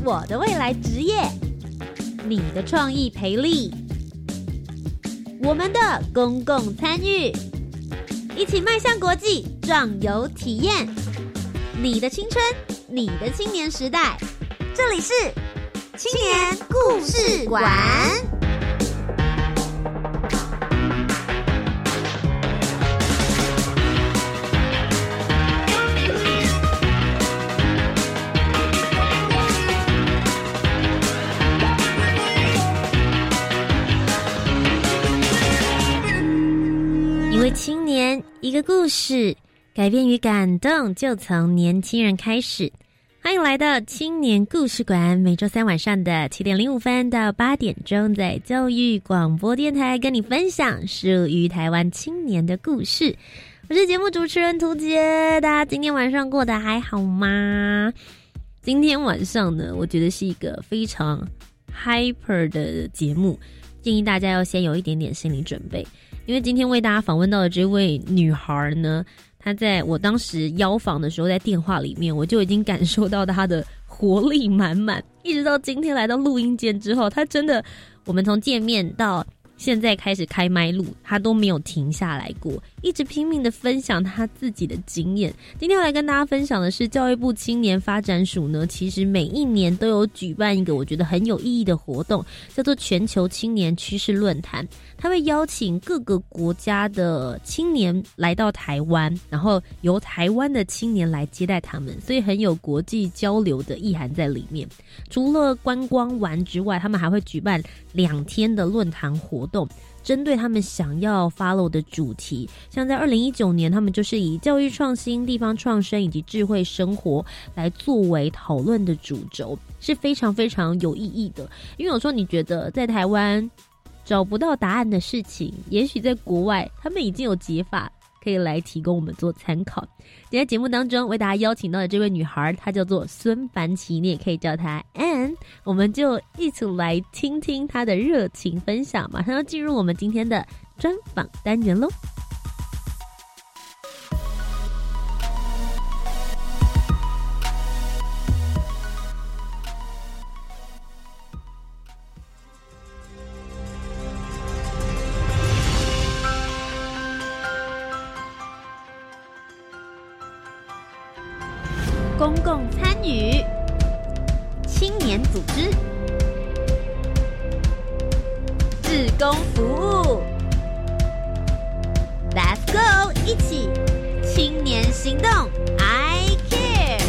我的未来职业，你的创意培力，我们的公共参与，一起迈向国际，壮游体验。你的青春，你的青年时代，这里是青年故事馆。一位青年，一个故事，改变与感动就从年轻人开始。欢迎来到青年故事馆，每周三晚上的7点05分到8点钟，在教育广播电台跟你分享属于台湾青年的故事。我是节目主持人涂杰，大家今天晚上过得还好吗？今天晚上呢，我觉得是一个非常 hyper 的节目，建议大家要先有一点点心理准备。因为今天为大家访问到的这位女孩呢，她在我当时邀访的时候，在电话里面我就已经感受到她的活力满满，一直到今天来到录音间之后，她真的，我们从见面到现在开始开麦录，她都没有停下来过，一直拼命的分享她自己的经验。今天要来跟大家分享的是，教育部青年发展署呢，其实每一年都有举办一个我觉得很有意义的活动，叫做全球青年趋势论坛。他会邀请各个国家的青年来到台湾，然后由台湾的青年来接待他们，所以很有国际交流的意涵在里面。除了观光玩之外，他们还会举办2天的论坛活动，针对他们想要 follow 的主题，像在2019年，他们就是以教育创新、地方创生以及智慧生活来作为讨论的主轴，是非常非常有意义的。因为有时候你觉得在台湾找不到答案的事情，也许在国外他们已经有解法可以来提供我们做参考。今天节目当中为大家邀请到的这位女孩，她叫做孙凡琪，你也可以叫她 Ann， 我们就一起来听听她的热情分享。马上要进入我们今天的专访单元咯。公共参与，青年组织，志工服务 ，Let's go， 一起青年行动 ，I care。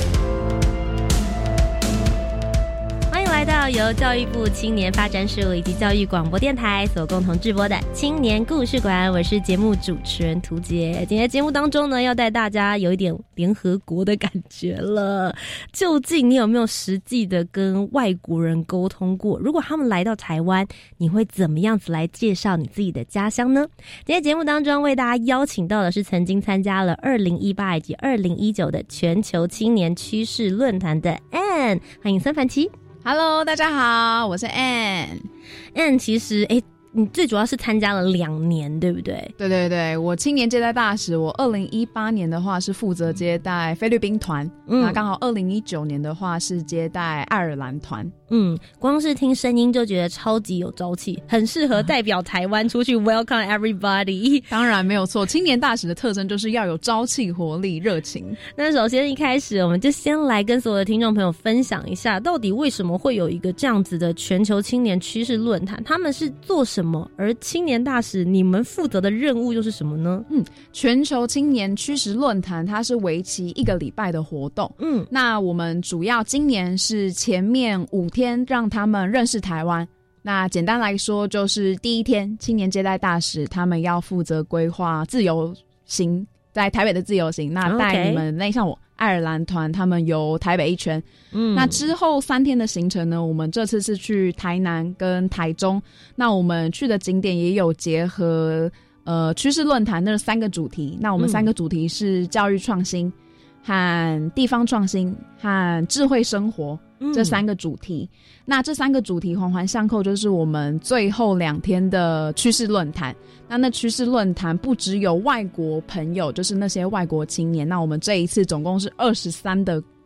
欢迎来到由教育部青年发展署以及教育广播电台所共同制播的青年故事馆，我是节目主持人涂杰。今天节目当中呢，要带大家有一点联合国的感觉了。究竟你有没有实际的跟外国人沟通过？如果他们来到台湾，你会怎么样子来介绍你自己的家乡呢？今天节目当中为大家邀请到的是曾经参加了2018以及2019的全球青年趋势论坛的 Ann， 欢迎孙凡琪。 Hello， 大家好，我是 Ann。Ann 其实你最主要是参加了2年，对不对？ 对对对，我青年接待大使，我2018年的话是负责接待菲律宾团，那刚好2019年的话是接待爱尔兰团。 光是听声音就觉得超级有朝气，很适合代表台湾出去 welcome everybody。 当然没有错，青年大使的特征就是要有朝气、活力、热情。 那首先一开始我们就先来跟所有的听众朋友分享一下，到底为什么会有一个这样子的全球青年趋势论坛，他们是做什么，而青年大使你们负责的任务又是什么呢？ 全球青年趋势论坛它是为期1个礼拜的活动。那我们主要今年是前面5天让他们认识台湾。那简单来说，就是第一天青年接待大使他们要负责规划自由行，在台北的自由行，那带你们像我爱尔兰团他们游台北一圈。那之后3天的行程呢，我们这次是去台南跟台中，那我们去的景点也有结合趋势论坛那3个主题。那我们3个主题是教育创新和地方创新和智慧生活这3个主题。那这3个主题环环相扣，就是我们最后2天的趋势论坛。那趋势论坛不只有外国朋友，就是那些外国青年，那我们这一次总共是23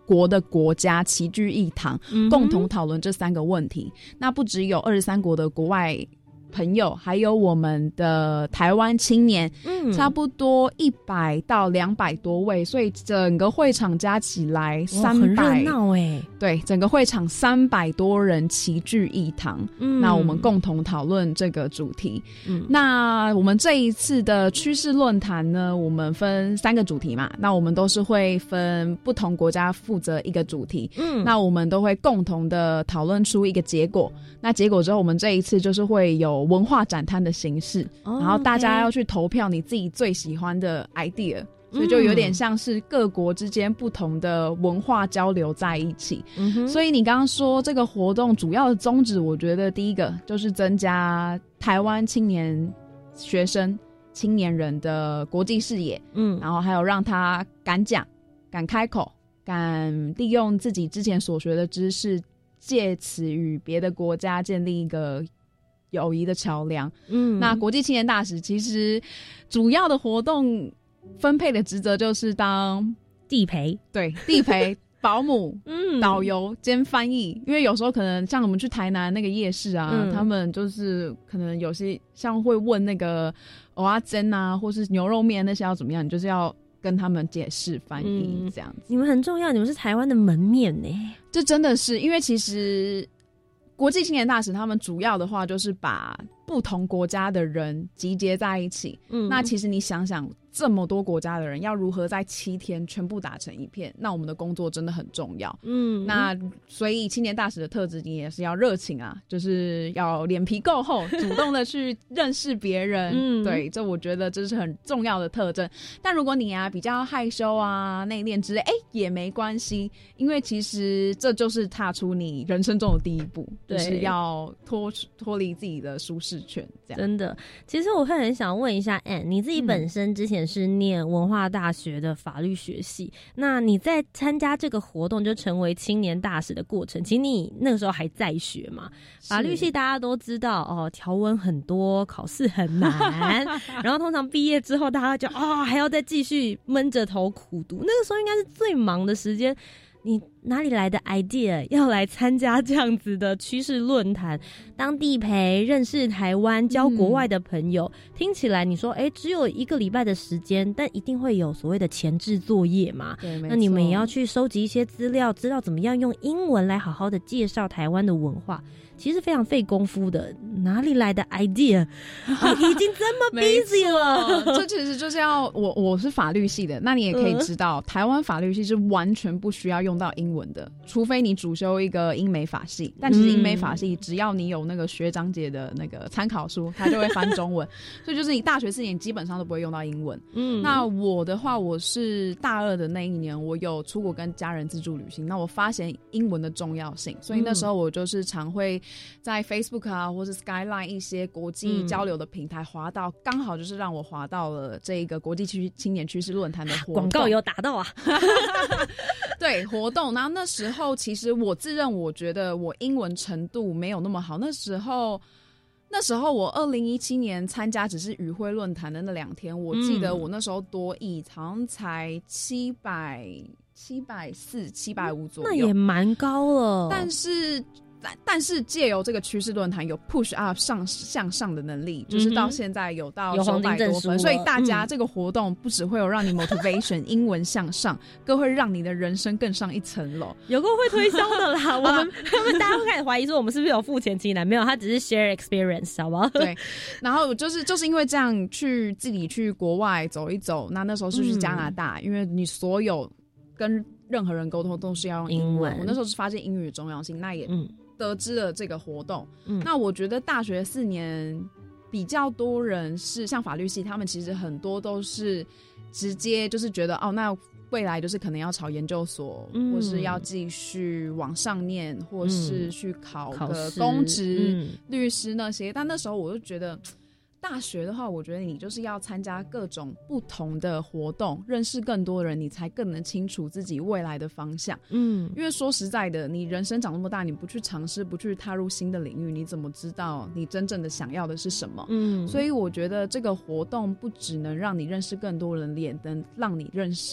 国的国家齐聚一堂，共同讨论这3个问题。那不只有23国的国外朋友，还有我们的台湾青年，差不多100到200多位，所以整个会场加起来300， 很热闹耶。 对，整个会场300多人齐聚一堂，那我们共同讨论这个主题。那我们这一次的趋势论坛呢，我们分3个主题嘛，那我们都是会分不同国家负责一个主题，那我们都会共同的讨论出一个结果。那结果之后，我们这一次就是会有文化展摊的形式，然后大家要去投票你自己最喜欢的 idea，所以就有点像是各国之间不同的文化交流在一起。所以你刚刚说这个活动主要的宗旨，我觉得第一个就是增加台湾青年学生、青年人的国际视野，然后还有让他敢讲、敢开口、敢利用自己之前所学的知识，借此与别的国家建立一个友谊的桥梁。那国际青年大使其实主要的活动分配的职责就是当地陪， 对，地陪保姆导游兼翻译。因为有时候可能像我们去台南那个夜市啊，他们就是可能有些像会问那个蚵仔煎啊或是牛肉面那些要怎么样，你就是要跟他们解释翻译这样子。 你们很重要，你们是台湾的门面耶。 这真的是因为其实国际青年大使他们主要的话就是把不同国家的人集结在一起。那其实你想想，这么多国家的人要如何在7天全部打成一片，那我们的工作真的很重要。那所以青年大使的特质你也是要热情啊，就是要脸皮够厚，主动的去认识别人。对，这我觉得这是很重要的特征。但如果你比较害羞啊、内敛之类，也没关系，因为其实这就是踏出你人生中的第一步，就是要脱离自己的舒适圈。这样真的，其实我会很想问一下 Ann， 你自己本身之前是念文化大学的法律学系，那你在参加这个活动就成为青年大使的过程，其实你那个时候还在学嘛？法律系大家都知道哦，条文很多，考试很难，然后通常毕业之后大家就还要再继续闷着头苦读，那个时候应该是最忙的时间。你哪里来的 idea 要来参加这样子的趋势论坛，当地陪，认识台湾，交国外的朋友？听起来你说只有1个礼拜的时间，但一定会有所谓的前置作业嘛？ 对， 那你们也要去收集一些资料，知道怎么样用英文来好好的介绍台湾的文化，其实非常费功夫的。哪里来的 idea？ 已经这么 busy 了。 这其实就是要我是法律系的，那你也可以知道，台湾法律系是完全不需要用到英文的，除非你主修一个英美法系。但其实英美法系只要你有那个学长姐的那个参考书，它就会翻中文。所以就是你大学4年基本上都不会用到英文。那我的话，我是大2的那一年，我有出国跟家人自助旅行，那我发现英文的重要性，所以那时候我就是常会在 Facebook 啊，或是 Skyline 一些国际交流的平台滑到，刚好就是让我滑到了这个国际青年趋势论坛的活动。 广告有打到啊。 对，活动。然后那时候其实我自认我觉得我英文程度没有那么好，那时候我2017年参加只是语汇论坛的那2天，我记得我那时候多益好像才740、750左右， 那也蛮高了。 但是借由这个趋势论坛有 push up 向上的能力，就是到现在有到900多分，所以大家这个活动不只会有让你 motivation 英文向上，更会让你的人生更上一层楼。 有够会推销的啦。他们大家会开始怀疑说我们是不是有付钱请来，没有，他只是 share experience 好不好？ 对，然后就是因为这样自己去国外走一走，那时候是去加拿大，因为你所有跟任何人沟通都是要用英文，我那时候是发现英语的重要性，那也得知了这个活动。那我觉得大学4年比较多人是像法律系，他们其实很多都是直接就是觉得那未来就是可能要考研究所，或是要继续往上念，或是去考个公职、律师那些。但那时候我就觉得大学的话，我觉得你就是要参加各种不同的活动，认识更多人，你才更能清楚自己未来的方向。因为说实在的，你人生长那么大，你不去尝试，不去踏入新的领域，你怎么知道你真正的想要的是什么？所以我觉得这个活动不只能让你认识更多人，也能让你认识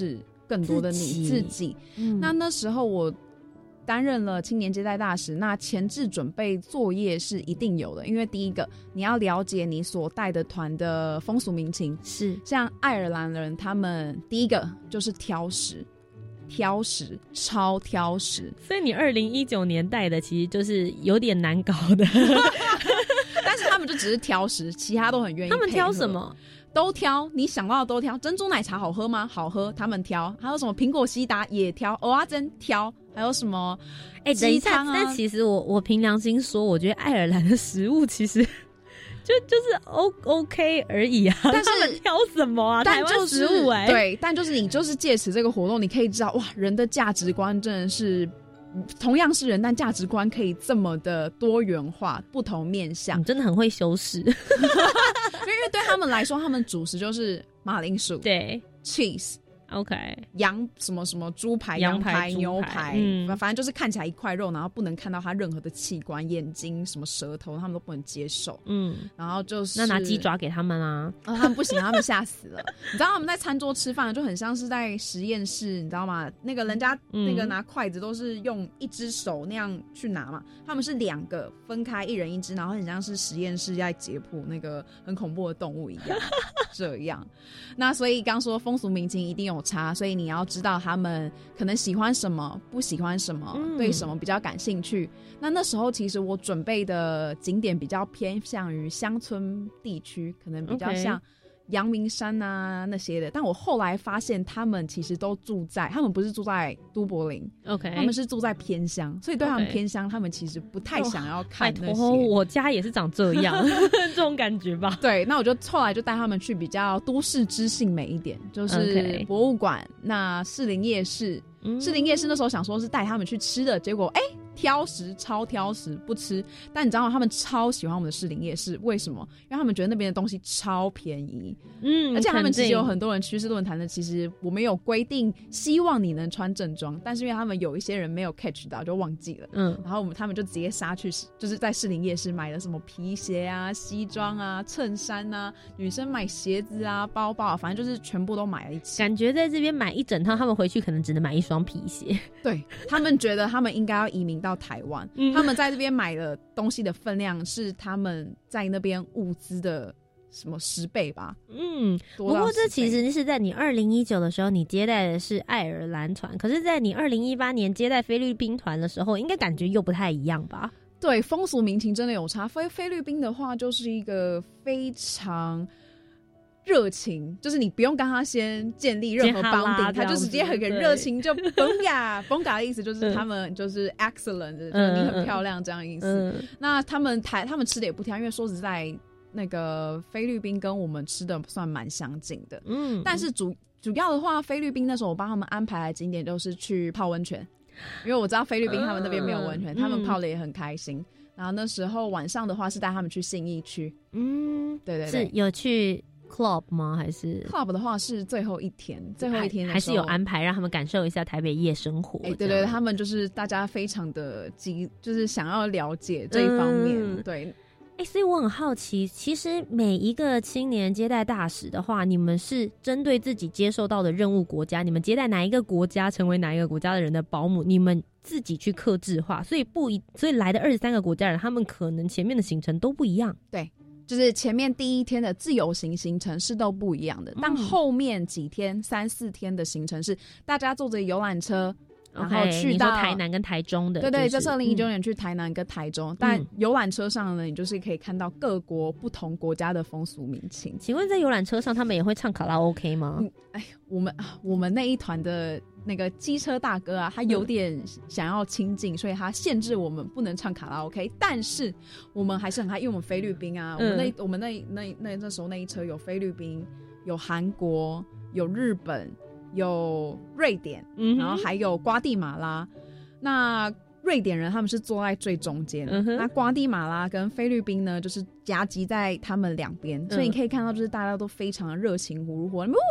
更多的你自己。那时候我担任了青年接待大使，那前置准备作业是一定有的，因为第一个你要了解你所带的团的风俗民情， 是像爱尔兰人，他们第一个就是挑食，超挑食。 所以你2019年带的其实就是有点难搞的但是他们就只是挑食，其他都很愿意配合。 他们挑什么？ 都挑，你想到的都挑。珍珠奶茶好喝吗？好喝，他们挑。还有什么苹果西达也挑，蚵仔煎挑，还有什么鸡汤啊？ 但其实我凭良心说，我觉得爱尔兰的食物其实就是OK 而已啊。但是他们挑什么啊？台湾食物对，但就是你就是借此这个活动，你可以知道哇，人的价值观真的是。同样是人，但价值观可以这么的多元化，不同面向。 你真的很会修饰，因为对他们来说，他们主食就是马铃薯， 对 ，cheese。OK， 羊什么什么猪排、羊排、牛排，反正就是看起来一块肉，然后不能看到它任何的器官、眼睛、什么舌头，他们都不能接受。然后就是那拿鸡爪给他们啊， 他们不行，他们吓死了。你知道他们在餐桌吃饭就很像是在实验室，你知道吗？那个人家那个拿筷子都是用一只手那样去拿嘛，他们是2个分开，一人一只，然后很像是实验室在解剖那个很恐怖的动物一样。这样，那所以刚说风俗民情一定有差，所以你要知道他们可能喜欢什么，不喜欢什么，对什么比较感兴趣。那时候其实我准备的景点比较偏向于乡村地区，可能比较像阳明山啊那些的，但我后来发现他们其实都他们不是住在都柏林，他们是住在偏乡，所以对他们偏乡，他们其实不太想要看那些。 我家也是长这样，这种感觉吧。 对，那我就后来就带他们去比较都市知性美一点，就是博物馆，那士林夜市。士林夜市那时候想说是带他们去吃的，结果挑食，超挑食，不吃。但你知道吗？他们超喜欢我们的士林夜市，为什么？因为他们觉得那边的东西超便宜。而且他们其实有很多人趋势论坛的，其实我们有规定希望你能穿正装，但是因为他们有一些人没有 catch 到，就忘记了。然后他们就直接杀去，就是在士林夜市买了什么皮鞋啊、西装啊、衬衫啊，女生买鞋子啊、包包啊，反正就是全部都买了一起。 感觉在这边买一整套，他们回去可能只能买一双皮鞋。 对，他们觉得他们应该要移民到台湾，他们在这边买的东西的分量是他们在那边物资的什么10倍吧。 不过这其实是在你2019的时候，你接待的是爱尔兰团，可是在你2018年接待菲律宾团的时候，应该感觉又不太一样吧？ 对，风俗民情真的有差。菲律宾的话就是一个非常热情，就是你不用跟他先建立任何绑定，他就直接很热情，就崩嘎崩嘎的意思就是他们就是 excellent， 就是你很漂亮这样的意思。那他们吃的也不挑，因为说实在，那个菲律宾跟我们吃的算蛮相近的。但是主要的话，菲律宾那时候我帮他们安排的景点就是去泡温泉，因为我知道菲律宾他们那边没有温泉，他们泡的也很开心。然后那时候晚上的话是带他们去信义区。对对对， 是有去club 吗？还是 club 的话是最后一天的时候还是有安排让他们感受一下台北夜生活。 对对，他们就是大家非常的就是想要了解这一方面。对， 所以我很好奇，其实每一个青年接待大使的话，你们是针对自己接受到的任务国家，你们接待哪一个国家，成为哪一个国家的人的保姆，你们自己去客制化，所以来的23个国家人，他们可能前面的行程都不一样。 对，就是前面第一天的自由行行程是都不一样的，但后面几天3-4天的行程是大家坐着游览车，然后去到台南跟台中的。 对，这是2019年去台南跟台中，但游览车上呢，你就是可以看到各国不同国家的风俗民情。 请问在游览车上他们也会唱卡拉 OK 吗？ 我们那一团的那个机车大哥啊，他有点想要亲近，所以他限制我们不能唱卡拉 OK。但是我们还是很嗨，因为我们菲律宾啊，我们那时候那一车有菲律宾、有韩国、有日本、有瑞典，然后还有瓜地马拉。那瑞典人他们是坐在最中间，那瓜地马拉跟菲律宾呢，就是夹击在他们两边，所以你可以看到就是大家都非常的热情，呼噜呼噜，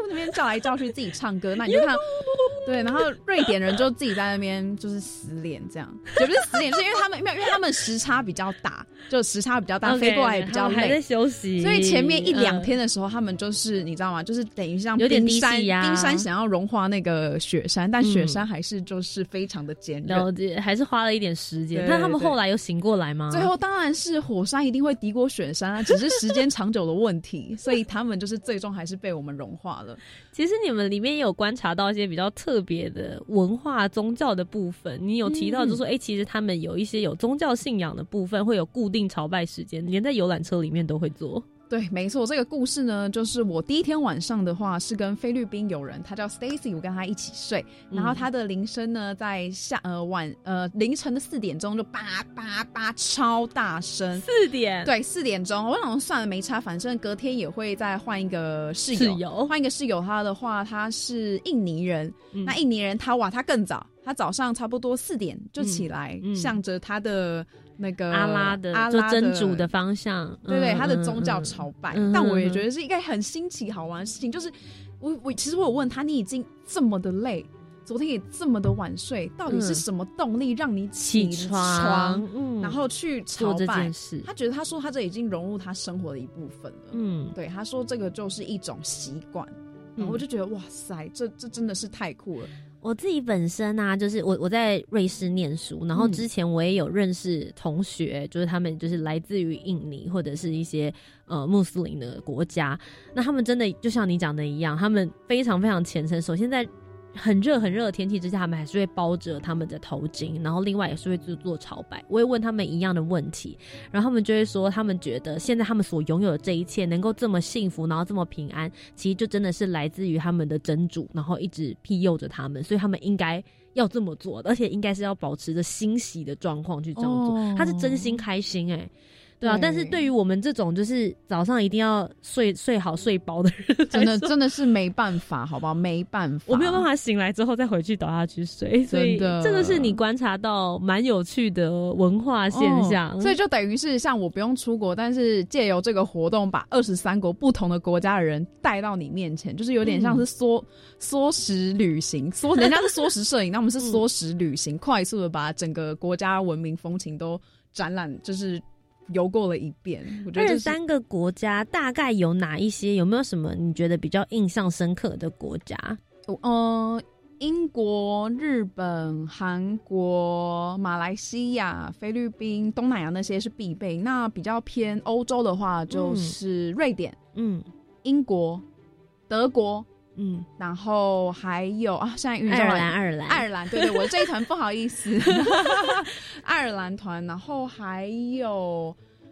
那边叫来叫去自己唱歌，那你就看对，然后瑞典人就自己在那边就是死脸这样，也不是死脸，是因为他们时差比较大，就时差比较大， 飞过来也比较累， 还在休息， 所以前面1-2天的时候，他们就是你知道吗？就是等于像有点冰低气压， 冰山想要融化那个雪山，但雪山还是就是非常的坚韧， 了解，还是花了一点时间。那他们后来有醒过来吗？ 最后当然是火山一定会敌过雪山啊，只是时间长久的问题，所以他们就是最终还是被我们融化了。 其实你们里面也有观察到一些比较特别的文化宗教的部分，你有提到就是说其实他们有一些有宗教信仰的部分会有固定朝拜时间，连在游览车里面都会做。 对，没错，这个故事呢，就是我第一天晚上的话是跟菲律宾友人，他叫 Stacy， 我跟他一起睡，然后他的铃声呢在凌晨的4点钟就叭叭叭超大声 ，4点， 对，4点钟，我想算了没差，反正隔天也会再换一个室友，换一个室友，他的话他是印尼人，那印尼人他更早，他早上差不多4点就起来，向着他的那个阿拉的就真主的方向， 对对，他的宗教朝拜，但我也觉得是一个很新奇好玩的事情，就是其实我有问他，你已经这么的累，昨天也这么的晚睡，到底是什么动力让你起床，然后去朝拜做这件事？ 他说他这已经融入他生活的一部分了，对，他说这个就是一种习惯，然后我就觉得哇塞，这真的是太酷了。 我自己本身啊，就是我在瑞士念书，然后之前我也有认识同学，就是他们就是来自于印尼或者是一些穆斯林的国家，那他们真的就像你讲的一样，他们非常非常虔诚。首先在很热的天气之下，他们还是会包着他们的头巾，然后另外也是会做朝拜。我会问他们一样的问题，然后他们就会说他们觉得现在他们所拥有的这一切能够这么幸福，然后这么平安，其实就真的是来自于他们的真主，然后一直庇佑着他们，所以他们应该要这么做，而且应该是要保持着欣喜的状况去这样做，他是真心开心对啊，但是对于我们这种就是早上一定要睡好睡饱的人， 真的是没办法，好不好？没办法， 我没有办法醒来之后再回去倒下去睡，所以这个是你观察到蛮有趣的文化现象， 所以就等于是像我不用出国，但是借由这个活动把23国不同的国家的人带到你面前，就是有点像是缩时旅行，人家是缩时摄影，那我们是缩时旅行，快速的把整个国家文明风情都展览，就是游过了一遍。我觉得 23个国家大概有哪一些？有没有什么你觉得比较印象深刻的国家？ 英国、日本、韩国、马来西亚、菲律宾、东南亚那些是必备。那比较偏欧洲的话，就是瑞典、英国、德国。然后还有现在爱尔兰，对，我这一团不好意思，爱尔兰团，然后还有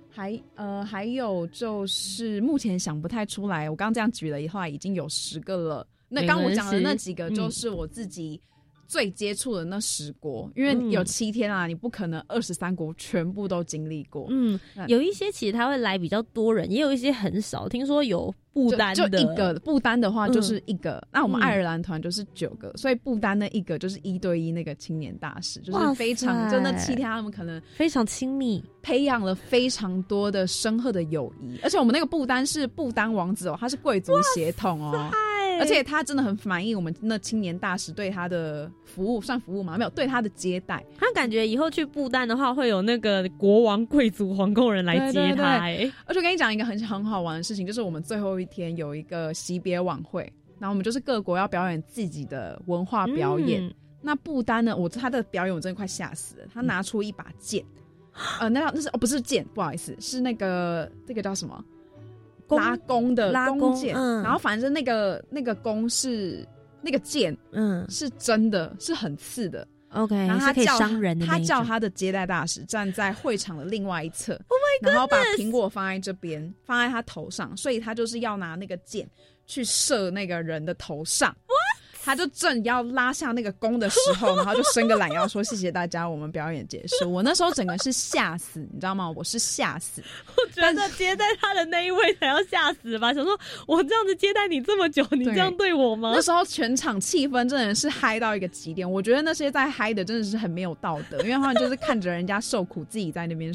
就是目前想不太出来，我刚刚这样举了以后已经有10个了。那刚我讲的那几个就是我自己最接触的那10国，因为有7天啊，你不可能23国全部都经历过。 有一些其实他会来比较多人，也有一些很少。听说有不丹的， 就一个不丹的话就是一个。那我们爱尔兰团就是9个，所以不丹那一个就是1对1那个青年大使，就是非常就那7天他们可能非常亲密， 培养了非常多的深厚的友谊。而且我们那个不丹是不丹王子他是贵族血统而且他真的很满意我们那青年大使对他的服务，算服务吗？没有，对他的接待。 他感觉以后去不丹的话，会有那个国王、贵族、皇宫人来接他。 而且我跟你讲一个很好玩的事情，就是我们最后一天有一个惜别晚会，然后我们就是各国要表演自己的文化表演。那不丹呢，他的表演我真的快吓死了。他拿出一把剑，那是不是剑？不好意思，是那个叫什么？拉弓的弓箭，然后反正那个弓是那个箭，是真的，是很刺的。 OK， 然后他可以伤人的那一种。 他叫他的接待大使站在会场的另外一侧 ，Oh my God， 然后把苹果放在这边，放在他头上，所以他就是要拿那个箭去射那个人的头上。他就正要拉下那个弓的时候，然后就伸个懒腰说：“谢谢大家，我们表演结束。”我那时候整个是吓死，你知道吗？我是吓死。 我觉得接待他的那一位才要吓死吧？想说我这样子接待你这么久，你这样对我吗？ 那时候全场气氛真的是嗨到一个极点。我觉得那些在嗨的真的是很没有道德，因为他们就是看着人家受苦，自己在那边爽。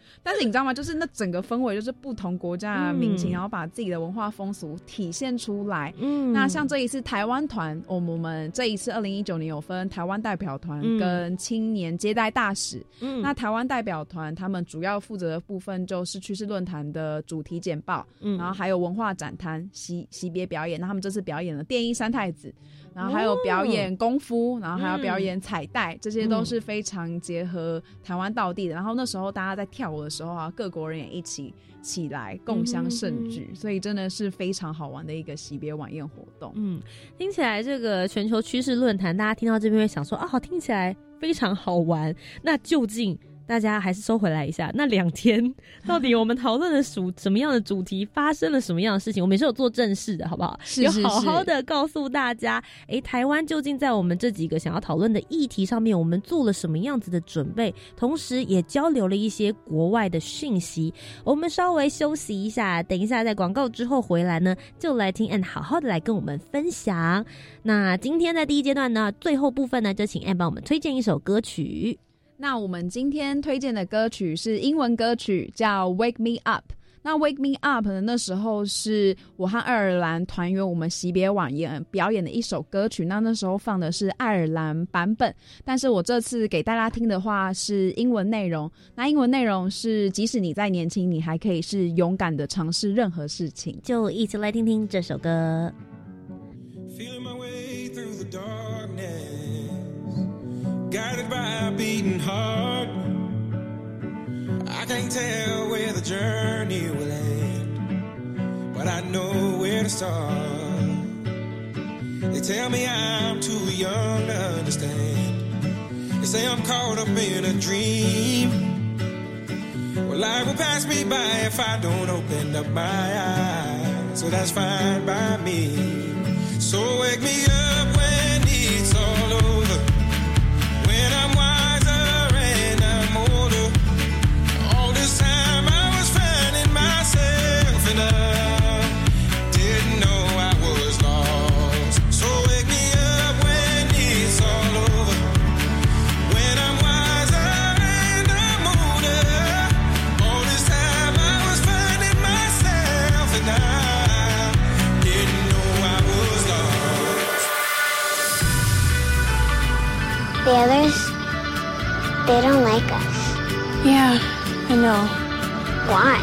但是你知道吗？就是那整个氛围，就是不同国家的民情，然后把自己的文化风俗体现出来。那像这一次台湾团，我们这一次2019年有分台湾代表团跟青年接待大使。那台湾代表团他们主要负责的部分就是趋势论坛的主题简报，然后还有文化展摊、惜别表演。那他们这次表演了电音三太子。然后还有表演功夫，然后还要表演彩带，这些都是非常结合台湾道地的。然后那时候大家在跳舞的时候啊，各国人也一起起来共襄盛举，所以真的是非常好玩的一个惜别晚宴活动。 听起来这个全球趋势论坛，大家听到这边会想说啊，听起来非常好玩。那究竟大家还是收回来一下，那2天到底我们讨论了什么样的主题，发生了什么样的事情，我们也是有做正事的好不好？有好好的告诉大家台湾究竟在我们这几个想要讨论的议题上面，我们做了什么样子的准备，同时也交流了一些国外的讯息。我们稍微休息一下，等一下在广告之后回来呢，就来听 Ann 好好的来跟我们分享。那今天在第一阶段呢，最后部分呢，就请 Ann 帮我们推荐一首歌曲。 那我们今天推荐的歌曲是英文歌曲，叫 Wake Me Up。 那 Wake Me Up 呢，那时候是我和爱尔兰团员我们惜别晚宴表演的一首歌曲，那时候放的是爱尔兰版本，但是我这次给大家听的话是英文内容。那英文内容是即使你再年轻，你还可以是勇敢的尝试任何事情。 就一起来听听这首歌。 Feeling my way through the darkness, guided by a beating heart. I can't tell where the journey will end, but I know where to start. They tell me I'm too young to understand. They say I'm caught up in a dream. Well, life will pass me by if I don't open up my eyes, so that's fine by me. So wake me up when it's all over, when I'm wiser and I'm older. All this time I was finding myself and I didn't know I was lost. So wake me up when it's all over, when I'm wiser and I'm older. All this time I was finding myself and I didn't know I was lost. The others, they don't like us. Yeah, I know. Why?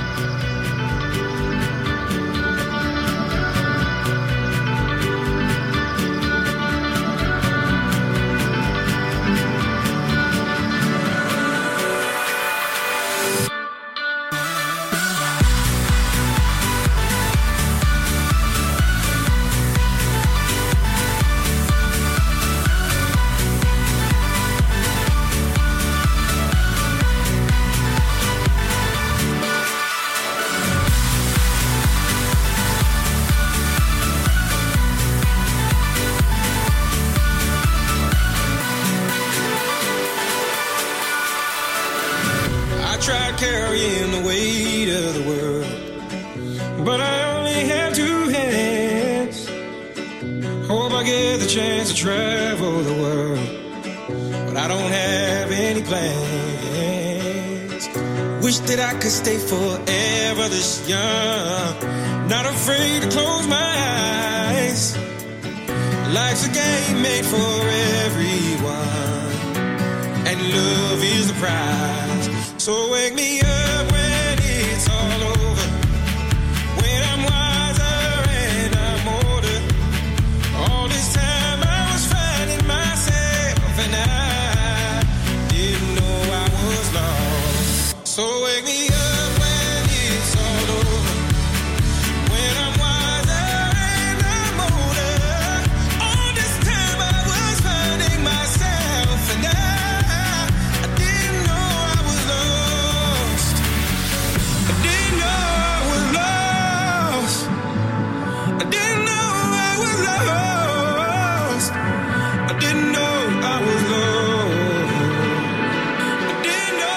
Tried carrying the weight of the world, but I only have 2 hands. Hope I get the chance to travel the world, but I don't have any plans. Wish that I could stay forever this young, not afraid to close my eyes. Life's a game made for everyone, and love is the prize. So wake me up when it's all over, when I'm wiser and I'm older. All this time I was finding myself and I didn't know I was lost. So wake me up when it's all over, when I'm wiser and I'm older. All this time I was finding myself and I didn't know I was lost. I didn't know I was lost. I didn't know I was lost. I didn't know I was lost. I didn't know.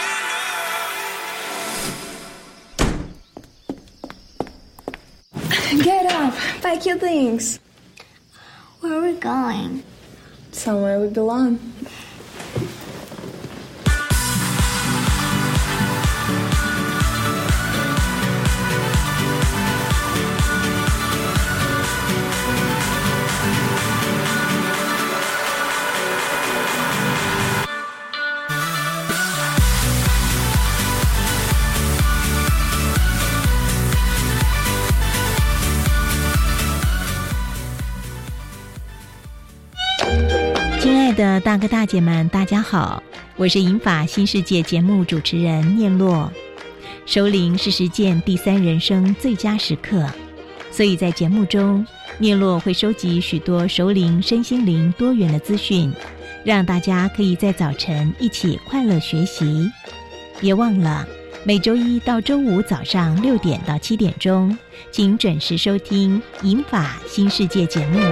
Get up, pack your things. Where are we going? Somewhere we belong. 的大哥大姐们，大家好，我是银法新世界节目主持人念洛。熟龄是实践第三人生最佳时刻，所以在节目中，念洛会收集许多熟龄身心灵多元的资讯，让大家可以在早晨一起快乐学习。别忘了每周一到周五早上6点到7点钟，请准时收听银法新世界节目。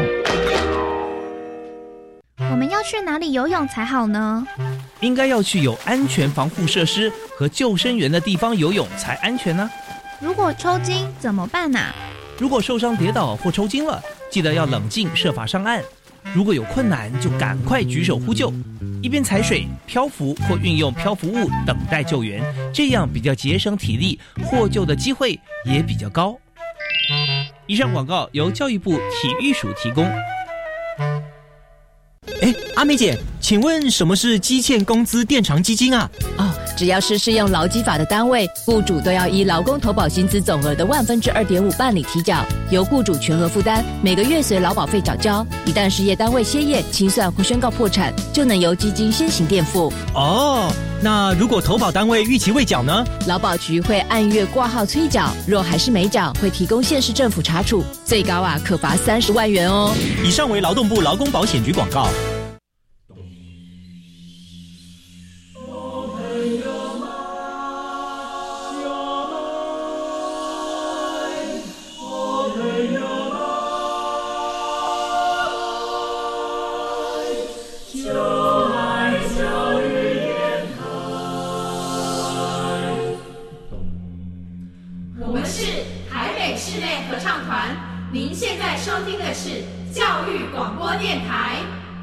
我们要去哪里游泳才好呢？ 应该要去有安全防护设施和救生员的地方游泳才安全呢。 如果抽筋怎么办啊？ 如果受伤跌倒或抽筋了，记得要冷静设法上岸。如果有困难，就赶快举手呼救，一边踩水、漂浮或运用漂浮物等待救援，这样比较节省体力，获救的机会也比较高。以上广告由教育部体育署提供。 阿美姐，请问什么是基欠工资垫偿基金啊？ 只要是适用劳基法的单位，雇主都要依劳工投保薪资总额的2/2.5办理提缴，由雇主全额负担，每个月随劳保费缴交。一旦事业单位歇业、清算或宣告破产，就能由基金先行垫付。 那如果投保单位逾期未缴呢？ 劳保局会按月挂号催缴，若还是没缴，会提供县市政府查处，最高可罚30万元哦。 以上为劳动部劳工保险局广告。 您现在收听的是教育广播电台。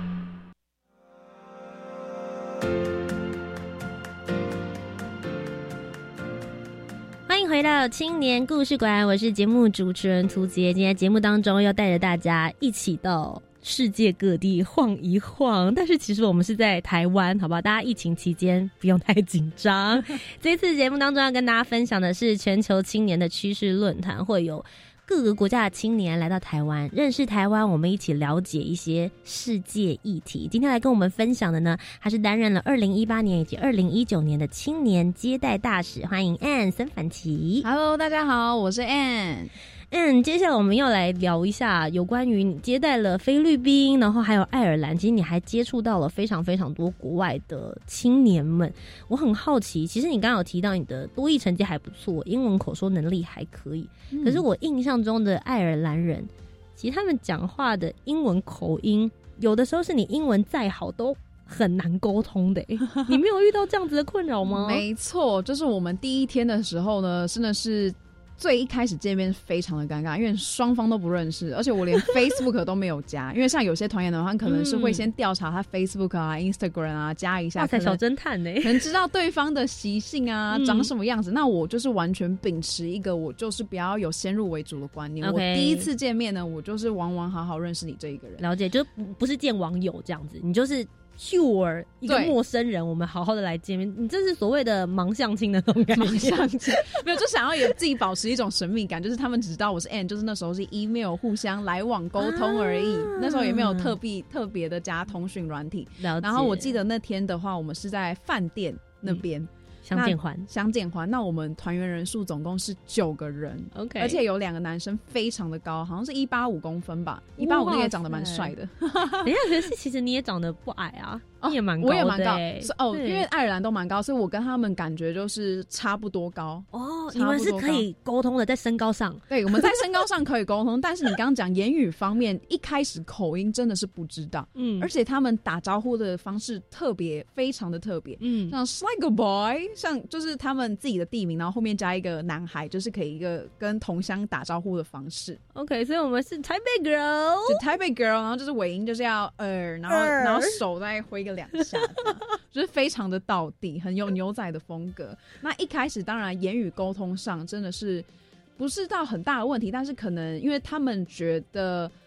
欢迎回到青年故事馆，我是节目主持人涂杰。今天节目当中要带着大家一起到世界各地晃一晃，但是其实我们是在台湾，好不好？大家疫情期间不用太紧张。这次节目当中要跟大家分享的是全球青年的趋势论坛，会有各个国家的青年来到台湾，认识台湾，我们一起了解一些世界议题。今天来跟我们分享的呢，他是担任了2018年以及2019年的青年接待大使。欢迎 Ann 森凡琪。 Hello， 大家好，我是 Ann。 接下来我们要来聊一下有关于你接待了菲律宾，然后还有爱尔兰，其实你还接触到了非常非常多国外的青年们。我很好奇，其实你刚刚有提到你的多益成绩还不错，英文口说能力还可以，可是我印象中的爱尔兰人，其实他们讲话的英文口音，有的时候是你英文再好都很难沟通的。你没有遇到这样子的困扰吗？ 没错，就是我们第一天的时候呢，真的是最一开始见面非常的尴尬，因为双方都不认识，而且我连 Facebook 都没有加，因为像有些团员的话，可能是会先调查他 Facebook 啊、Instagram 啊，加一下， 哇塞，小侦探呢， 可能知道对方的习性啊，长什么样子。那我就是完全秉持一个我就是不要有先入为主的观念。我第一次见面呢，我就是玩好好认识你这一个人， 了解，就不是见网友这样子，你就是sure 一个陌生人，我们好好的来见面，你这是所谓的盲相亲的那种感觉。盲相亲没有，就想要有自己保持一种神秘感，就是他们只知道我是 Ann， 就是那时候是 email 互相来往沟通而已，那时候也没有特别的加通讯软体。然后我记得那天的话，我们是在饭店那边。相见欢，那我们团员人数总共是9个人 ，OK， 而且有2个男生非常的高，好像是185公分吧，185那个也长得蛮帅的。 等一下，可是其实你也长得不矮啊，你也蛮高的， 我也蛮高因为爱尔兰都蛮高，所以我跟他们感觉就是差不多高。 你们是可以沟通的，在身高上。 对，我们在身高上可以沟通，但是你刚刚讲言语方面，一开始口音真的是不知道，而且他们打招呼的方式非常的特别，像 like a boy。像就是他们自己的地名，然后后面加一个男孩，就是可以一个跟同乡打招呼的方式。 OK， 所以我们是台北 girl， 是台北 girl， 然后就是尾音就是要然后手再挥个2下，就是非常的道地，很有牛仔的风格。那一开始当然言语沟通上真的是不是到很大的问题，但是可能因为他们觉得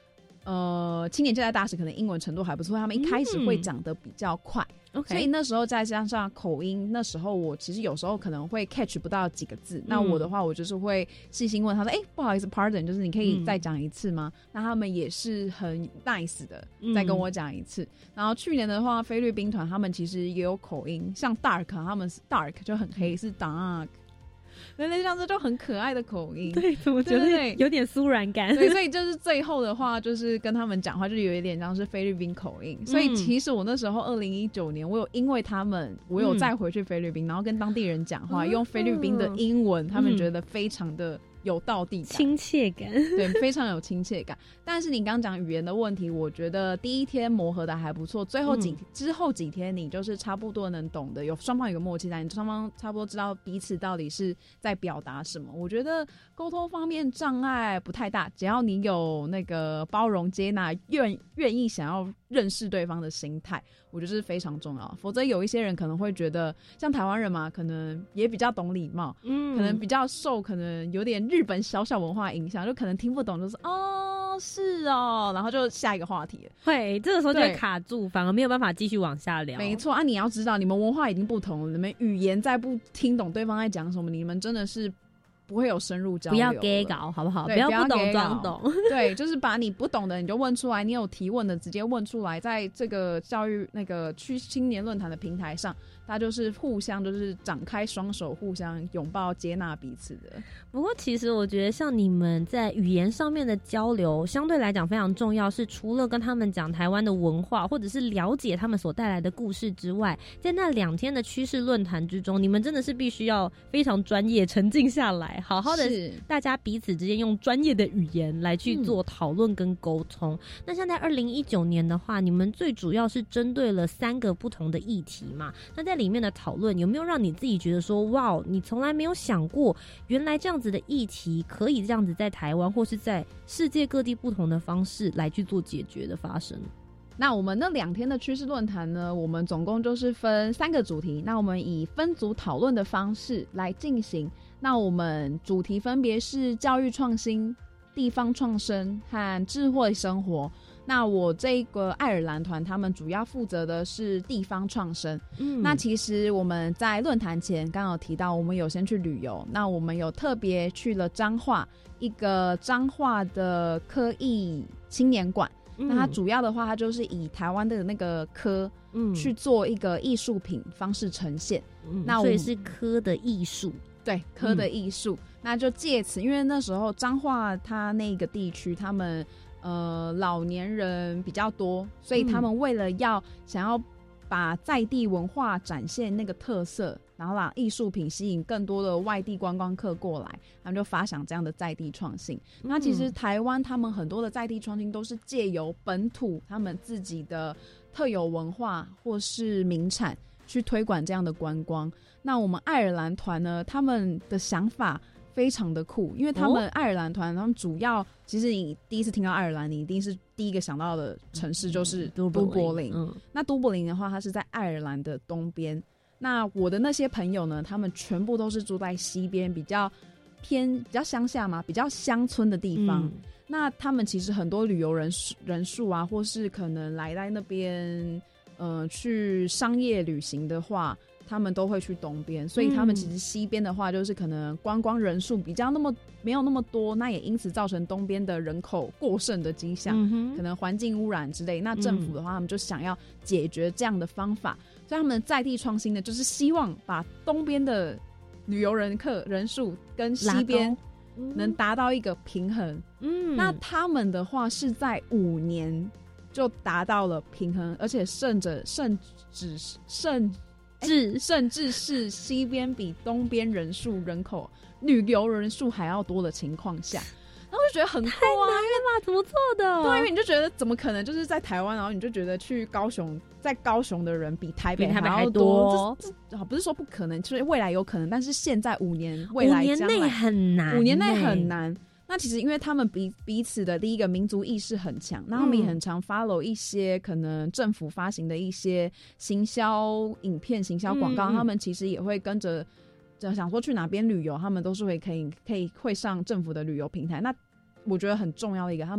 青年接待大使可能英文程度还不错，他们一开始会讲得比较快。所以那时候再加上口音，那时候我其实有时候可能会 catch 不到几个字，那我的话我就是会细心问他说不好意思 pardon 就是你可以再讲一次吗？那他们也是很 nice 的再跟我讲一次。然后去年的话菲律宾团他们其实也有口音，像 dark 他们是 dark 就很黑是 dark，那这样子就很可爱的口音， 对，我觉得有点酥软感。 对，所以就是最后的话，就是跟他们讲话，就有一点像是菲律宾口音。所以其实我那时候2019年，我有因为他们，我有再回去菲律宾，然后跟当地人讲话，用菲律宾的英文，他们觉得非常的有道地感、 亲切感， 对，非常有亲切感。但是你刚讲语言的问题，我觉得第一天磨合的还不错，之后几天你就是差不多能懂的，双方有个默契在，你双方差不多知道彼此到底是在表达什么。我觉得沟通方面障碍不太大，只要你有那个包容接纳，愿意想要认识对方的心态，我觉得是非常重要。否则有一些人可能会觉得，像台湾人嘛，可能也比较懂礼貌，可能比较受可能有点日本小文化影响，就可能听不懂，就是是哦，然后就下一个话题了。 会，这个时候就会卡住，反而没有办法继续往下聊。 没错啊，你要知道，你们文化已经不同了，你们语言再不听懂对方在讲什么，你们真的是不会有深入交流。 不要 gay 搞好不好？不要不懂装懂。 对，就是把你不懂的你就问出来，你有提问的直接问出来，在这个教育那个青年论坛的平台上，大家就是互相就是展开双手，互相拥抱接纳彼此的。 不过其实我觉得像你们在语言上面的交流相对来讲非常重要，是除了跟他们讲台湾的文化或者是了解他们所带来的故事之外，在那2天的趋势论坛之中，你们真的是必须要非常专业沉静下来，好好的大家彼此之间用专业的语言来去做讨论跟沟通。那像在2019年的话，你们最主要是针对了3个不同的议题嘛，那在里面的讨论有没有让你自己觉得说哇，你从来没有想过原来这样子的议题可以这样子在台湾或是在世界各地不同的方式来去做解决的发生？ 那我们那2天的趋势论坛呢，我们总共就是分3个主题，那我们以分组讨论的方式来进行。那我们主题分别是教育创新、地方创生和智慧生活。那我这个爱尔兰团他们主要负责的是地方创生。那其实我们在论坛前刚有提到，我们有先去旅游，那我们有特别去了彰化，一个彰化的科艺青年馆。那它主要的话，它就是以台湾的那个科去做一个艺术品方式呈现。那所以是科的艺术。 对，科的艺术。那就借此，因为那时候彰化它那个地区他们老年人比较多，所以他们为了想要把在地文化展现那个特色，然后让艺术品吸引更多的外地观光客过来，他们就发想这样的在地创新。那其实台湾他们很多的在地创新都是借由本土他们自己的特有文化或是名产去推广这样的观光。那我们爱尔兰团呢，他们的想法非常的酷，因为他们爱尔兰团他们主要，其实你第一次听到爱尔兰，你一定是第一个想到的城市就是都柏林。那都柏林的话，它是在爱尔兰的东边。那我的那些朋友呢，他们全部都是住在西边，比较乡下嘛，比较乡村的地方。那他们其实很多旅游人数啊，或是可能来在那边去商业旅行的话，他们都会去东边，所以他们其实西边的话，就是可能观光人数比较没有那么多，那也因此造成东边的人口过剩的迹象，可能环境污染之类。那政府的话，他们就想要解决这样的方法，所以他们在地创新的就是希望把东边的旅游人数跟西边能达到一个平衡。那他们的话是在5年就达到了平衡，而且甚至是西边比东边人口旅游人数还要多的情况下，然后就觉得很酷啊！太难了吧？怎么做的？ 对，因为你就觉得怎么可能？就是在台湾，然后你就觉得去高雄，在高雄的人比台北还要多。这不是说不可能，就是未来有可能，但是现在5年，未来将来 5年内很难，5 年内很难。那其实因为他们彼此的第一个民族意识很强，那他们也很常 follow 一些可能政府发行的一些行销影片、行销广告，他们其实也会跟着想说去哪边旅游，他们都是会上政府的旅游平台。那我觉得很重要的一个，他们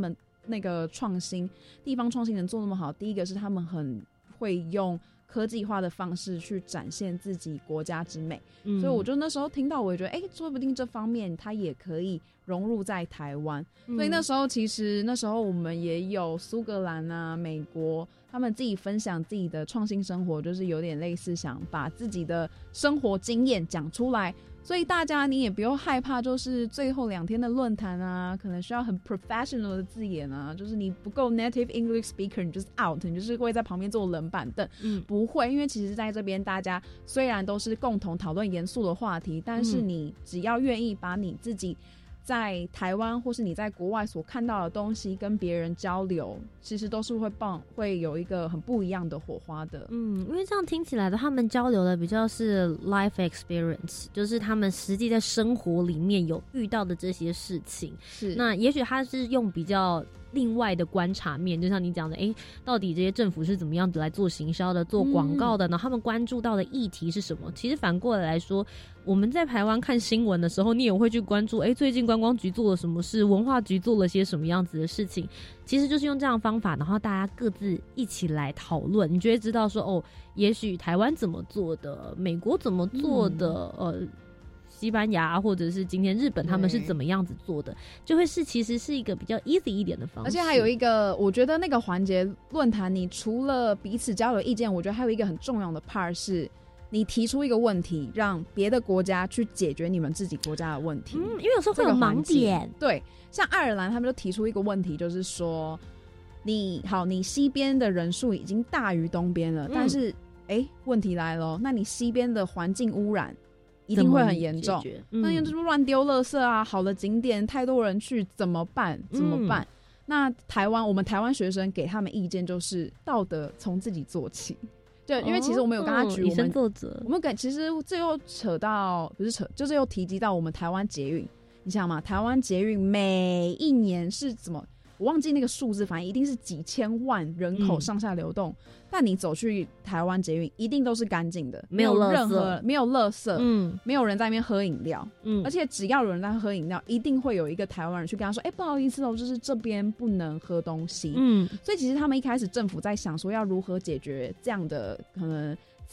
那个创新，地方创新能做那么好，第一个是他们很会用科技化的方式去展现自己国家之美，所以我就那时候听到，我也觉得说不定这方面它也可以融入在台湾，所以那时候我们也有苏格兰啊、美国，他们自己分享自己的创新生活，就是有点类似想把自己的生活经验讲出来。所以大家你也不用害怕，就是最后2天的论坛啊，可能需要很 professional 的字眼啊，就是你不够 native English speaker， 你就是 out， 你就是会在旁边做冷板凳。不会，因为其实在这边大家虽然都是共同讨论严肃的话题，但是你只要愿意把你自己在台湾或是你在国外所看到的东西跟别人交流，其实都是会有一个很不一样的火花的。 因为这样听起来的，他们交流的比较是 life experience， 就是他们实际在生活里面有遇到的这些事情。是，那也许他是用比较另外的观察面，就像你讲的，到底这些政府是怎么样子来做行销的、做广告的呢？他们关注到的议题是什么？其实反过来说，我们在台湾看新闻的时候，你也会去关注，最近观光局做了什么事，文化局做了些什么样子的事情。其实就是用这样的方法，然后大家各自一起来讨论，你就会知道说，也许台湾怎么做的，美国怎么做的，西班牙或者是今天日本他们是怎么样子做的，就会是其实是一个比较 easy 一点的方式。 而且还有一个，我觉得那个环节论坛，你除了彼此交流意见，我觉得还有一个很重要的 part 是你提出一个问题，让别的国家去解决你们自己国家的问题。 因为有时候会有盲点。 对，像爱尔兰他们就提出一个问题，就是说你西边的人数已经大于东边了，但是问题来了，那你西边的环境污染一定会很严重，那就是乱丢垃圾啊，好的景点太多人去怎么办？那我们台湾学生给他们意见就是道德从自己做起。对，因为其实我们有跟他举以身作则， 我们其实这又就是又提及到我们台湾捷运，你想嘛，台湾捷运每一年是怎么？我忘记那个数字，反正一定是几千万人口上下流动，但你走去台湾捷运一定都是干净的，没有垃圾，没有人在那边喝饮料，而且只要有人在喝饮料，一定会有一个台湾人去跟他说，不好意思就是这边不能喝东西，所以其实他们一开始政府在想说要如何解决这样的可能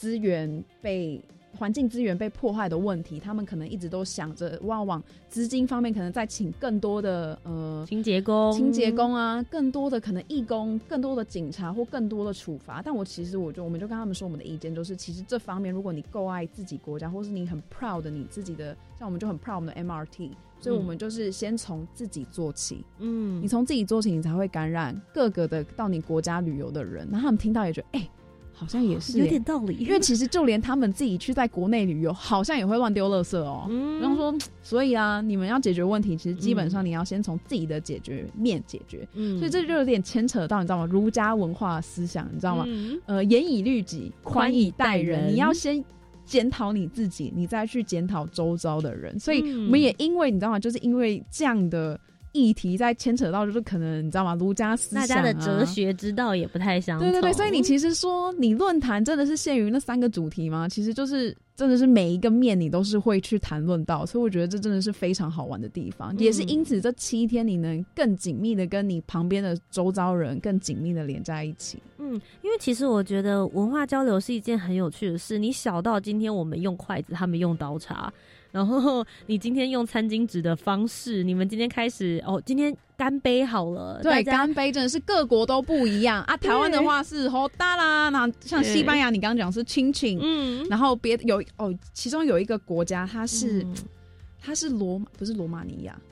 环境资源被破坏的问题，他们可能一直都想着往资金方面可能再请更多的清洁工啊，更多的可能义工，更多的警察或更多的处罚。但我们就跟他们说，我们的意见就是其实这方面如果你够爱自己国家，或是你很 proud 的你自己的，像我们就很 proud 我们的 MRT， 所以我们就是先从自己做起，你从自己做起，你才会感染各个的到你国家旅游的人，然后他们听到也觉得好像也是有点道理， 因为其实就连他们自己去在国内旅游，好像也会乱丢垃圾哦。然后说，所以啊，你们要解决问题，其实基本上你要先从自己的解决面解决。所以这就有点牵扯到你知道吗？儒家文化思想，你知道吗？严以律己，宽以待人。你要先检讨你自己，你再去检讨周遭的人。所以我们也因为你知道吗？就是因为这样的议题在牵扯到，就是可能你知道吗？儒家思想、大家的哲学之道也不太相同。 对，所以你其实说你论坛真的是限于那3个主题吗？其实就是真的是每一个面你都是会去谈论到，所以我觉得这真的是非常好玩的地方，也是因此这7天你能更紧密的跟你旁边的周遭人更紧密的连在一起。 因为其实我觉得文化交流是一件很有趣的事，你小到今天我们用筷子，他们用刀叉，然后你今天用餐巾纸的方式，你们今天开始今天干杯好了， 对，干杯真的是各国都不一样啊。台湾的话是吼哒啦，那像西班牙你刚刚讲是亲亲，然后其中有一个国家它是不是罗马尼亚，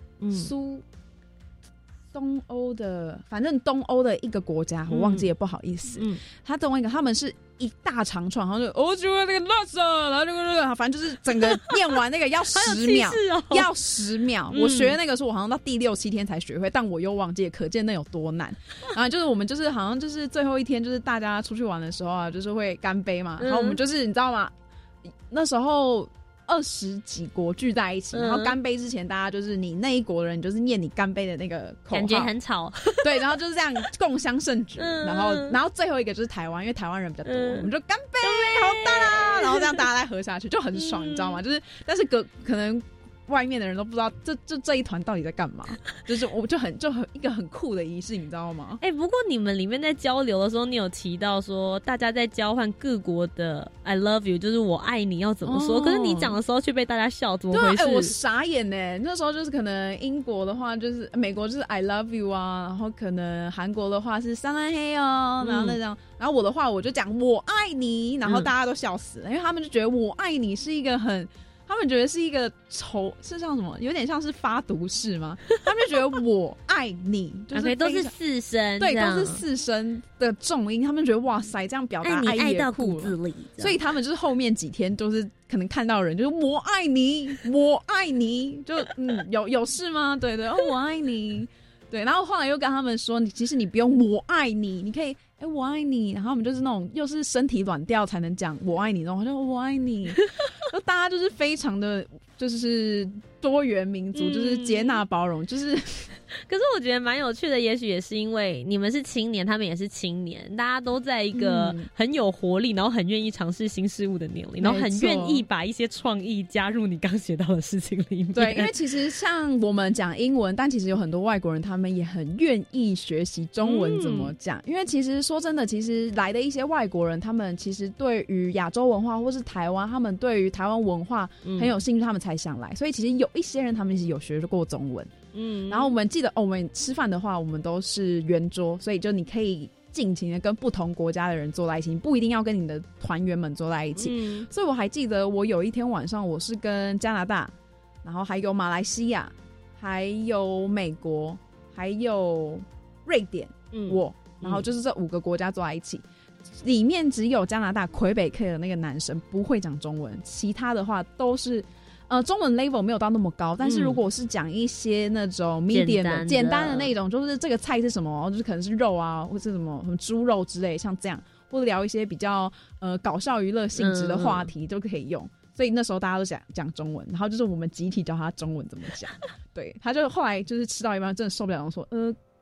东欧的，反正东欧的一个国家，我忘记也不好意思。他们是一大长串，然后就那个垃圾，然后就反正就是整个念完那个要10秒，要10秒。我学的那个是我好像到第6、7天才学会，但我又忘记，可见那有多难。然后就是我们就是好像就是最后一天，就是大家出去玩的时候啊，就是会干杯嘛。然后我们就是你知道吗？那时候20几国聚在一起，然后干杯之前，大家就是你那一国的人，就是念你干杯的那个口号， 感觉很吵。 对，然后就是这样共襄盛举。然后最后一个就是台湾，因为台湾人比较多，我们就干杯，好大啦！然后这样大家再喝下去就很爽，你知道吗？就是但是可能外面的人都不知道这一团到底在干嘛，就是我就很一个很酷的仪式，你知道吗？ 不过你们里面在交流的时候，你有提到说大家在交换各国的 I love you， 就是我爱你要怎么说，可是你讲的时候却被大家笑，怎么回事？ 我傻眼耶，那时候就是可能英国的话就是美国就是 I love you 啊，然后可能韩国的话是撒浪嘿哦，然后那种，然后我的话我就讲我爱你，然后大家都笑死了，因为他们就觉得我爱你是一个他们觉得是一个是像什么，有点像是发毒誓吗？他们就觉得我爱你就是都是四声， 对，都是四声的重音，他们觉得哇塞，这样表达爱爱到骨子里， 所以他们就是后面几天都是可能看到人就是我爱你，我爱你，就有事吗？对对，我爱你。对，然后后来又跟他们说，其实你不用我爱你，你可以我爱你，然后我们就是那种又是身体软调才能讲我爱你，然后就我爱你，就大家就是非常的就是多元民族，就是接纳包容，就是可是我觉得蛮有趣的，也许也是因为你们是青年，他们也是青年，大家都在一个很有活力，然后很愿意尝试新事物的年龄，然后很愿意把一些创意加入你刚学到的事情里面。 对，因为其实像我们讲英文，但其实有很多外国人他们也很愿意学习中文怎么讲，因为其实说真的，其实来的一些外国人，他们其实对于亚洲文化或是台湾，他们对于台湾文化很有兴趣，他们才想来，所以其实有一些人他们其实有学过中文。然后我们记得我们吃饭的话，我们都是圆桌，所以就你可以尽情的跟不同国家的人坐在一起，你不一定要跟你的团员们坐在一起。所以我还记得我有一天晚上，我是跟加拿大，然后还有马来西亚，还有美国，还有瑞典，然后就是这5个国家坐在一起，里面只有加拿大魁北克的那个男生不会讲中文，其他的话都是中文 level 没有到那么高，但是如果是讲一些那种 medium 的简单的那种，就是这个菜是什么，就是可能是肉啊，或是什么猪肉之类，像这样，或者聊一些比较搞笑娱乐性质的话题都可以用。所以那时候大家都讲中文，然后就是我们集体教他中文怎么讲。对，他就后来就是吃到一半真的受不了，然后说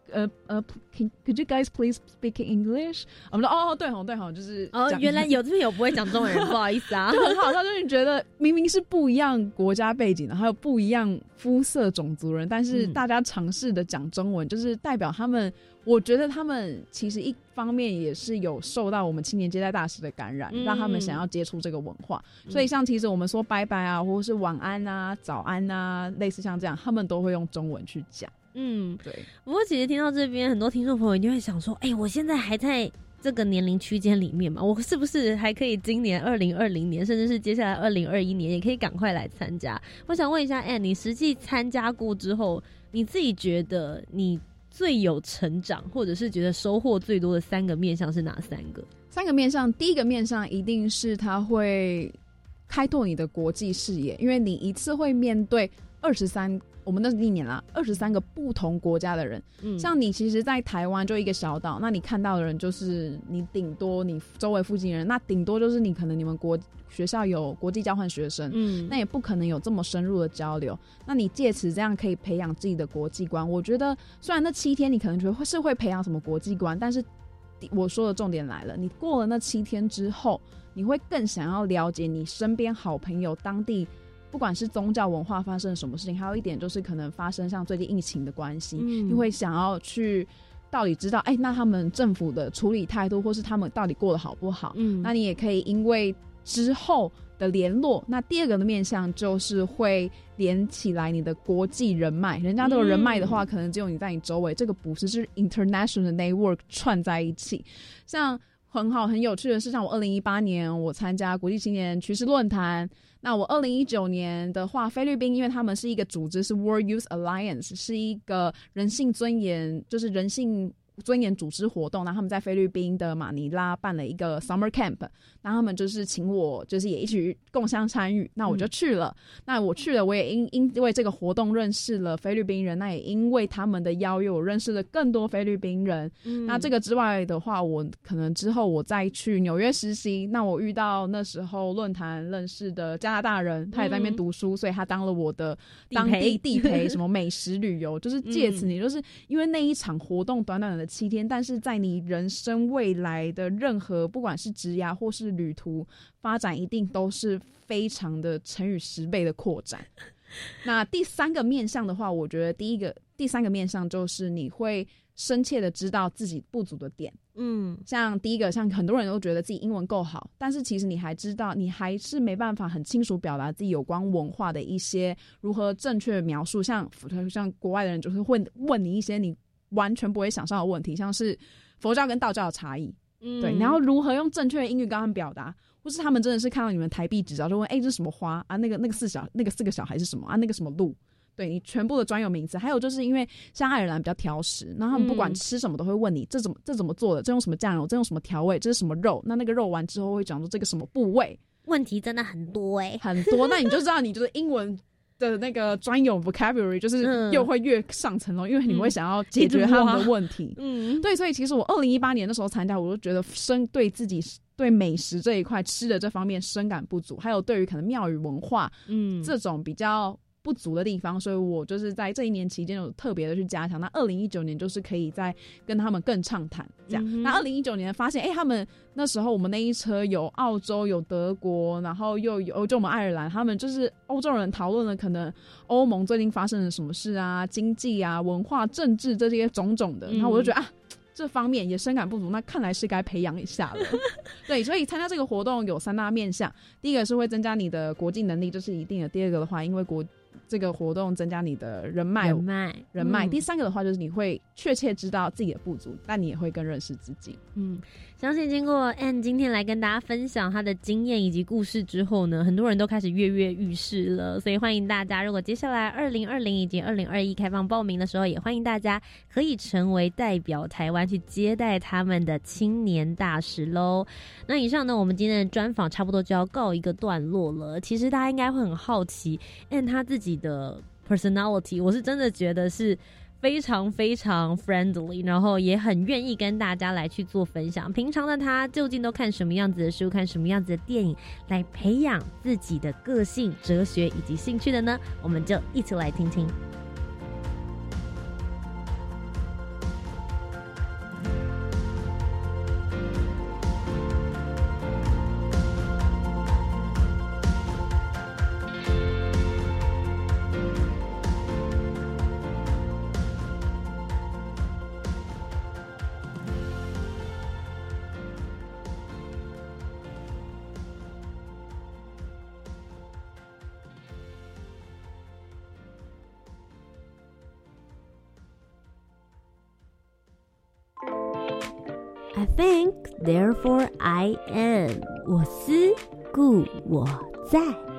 could you guys please speak English？ 我们说对吼，就是原来这边有不会讲中文人，不好意思啊， 就很好笑，就是你觉得明明是不一样国家背景的，还有不一样肤色种族人，但是大家尝试的讲中文，就是代表他们，我觉得他们其实一方面也是有受到我们青年接待大使的感染，让他们想要接触这个文化，所以像其实我们说拜拜啊，或者是晚安啊、早安啊，类似像这样，他们都会用中文去讲。对。 不过其实听到这边，很多听众朋友一定会想说，我现在还在这个年龄区间里面嘛，我是不是还可以今年2020年，甚至是接下来2021年，也可以赶快来参加？我想问一下，你实际参加过之后，你自己觉得你最有成长，或者是觉得收获最多的3个面向是哪3个 ？3个面向，第一个面向一定是它会开拓你的国际视野，因为你一次会面对我们那是1年啦，23个不同国家的人。像你其实在台湾就一个小岛，那你看到的人就是你顶多你周围附近人，那顶多就是你可能你们学校有国际交换学生，那也不可能有这么深入的交流。那你借此这样可以培养自己的国际观。我觉得虽然那7天你可能觉得是会培养什么国际观，但是我说的重点来了，你过了那7天之后，你会更想要了解你身边好朋友当地不管是宗教文化发生了什么事情，还有一点就是可能发生像最近疫情的关系，你会想要去到底知道那他们政府的处理态度，或是他们到底过得好不好。那你也可以因为之后的联络，那第2个的面向就是会连起来你的国际人脉，人家都有人脉的话，可能只有你在你周围，这个不是，就是 international network 串在一起。像很有趣的是，像我2018年我参加国际青年趋势论坛，那我2019年的话，菲律宾因为他们是一个组织，是 World Youth Alliance， 是一个人性尊严，就是人性尊严组织活动，那他们在菲律宾的马尼拉办了一个 summer camp， 那他们就是请我就是也一起共相参与，那我就去了。那我去了，我也因为这个活动认识了菲律宾人，那也因为他们的邀约，我认识了更多菲律宾人。那这个之外的话，我可能之后我再去纽约实习，那我遇到那时候论坛认识的加拿大人，他也在那边读书，所以他当了我的当地地陪，什么美食旅游，就是借此你就是因为那一场活动短短的7天，但是在你人生未来的任何不管是职涯或是旅途发展，一定都是非常的乘以10倍的扩展。 那第三个面向的话，我觉得第三个面向就是你会深切的知道自己不足的点。像第一个，像很多人都觉得自己英文够好，但是其实你还是没办法很清楚表达自己有关文化的一些如何正确描述，像国外的人就是会问你一些你完全不会想象的问题，像是佛教跟道教的差异，对，然后如何用正确的英语跟他们表达，或是他们真的是看到你们台币纸，然后就问这是什么花啊，那个四个小孩是什么啊，那个什么路，对，你全部的专有名词。还有就是因为像爱尔兰比较挑食，然后他们不管吃什么都会问你这怎么做的，这用什么酱油，这用什么调味，这是什么肉，那个肉完之后会讲说这个什么部位， 问题真的很多很多。那你就知道你就是英文的那个专有 vocabulary 就是又会越上层楼，因为你会想要解决他们的问题。对，所以其实我2018年的时候参加，我就觉得对自己对美食这一块吃的这方面深感不足，还有对于可能庙宇文化这种比较不足的地方，所以我就是在这一年期间有特别的去加强。那2019年就是可以再跟他们更畅谈这样。那2019年发现他们那时候我们那一车有澳洲有德国，然后又有就我们爱尔兰，他们就是欧洲人讨论了可能欧盟最近发生了什么事啊，经济啊，文化政治这些种种的，然后我就觉得这方面也深感不足，那看来是该培养一下了。对，所以参加这个活动有3大面向，第一个是会增加你的国际能力，这是一定的。第二个的话，因为这个活动增加你的人脉。第三个的话就是你会确切知道自己的不足，但你也会更认识自己。 相信经过 Anne 今天来跟大家分享她的经验以及故事之后呢，很多人都开始跃跃欲试了。所以欢迎大家，如果接下来2020以及2021开放报名的时候，也欢迎大家可以成为代表台湾去接待他们的青年大使咯。那以上呢，我们今天的专访差不多就要告一个段落了。其实大家应该会很好奇 Anne 她自己的 personality， 我是真的觉得是非常非常 friendly， 然后也很愿意跟大家来去做分享。平常的他究竟都看什么样子的书，看什么样子的电影，来培养自己的个性、哲学以及兴趣的呢？我们就一起来听听。I think, therefore I am. 我思故我在。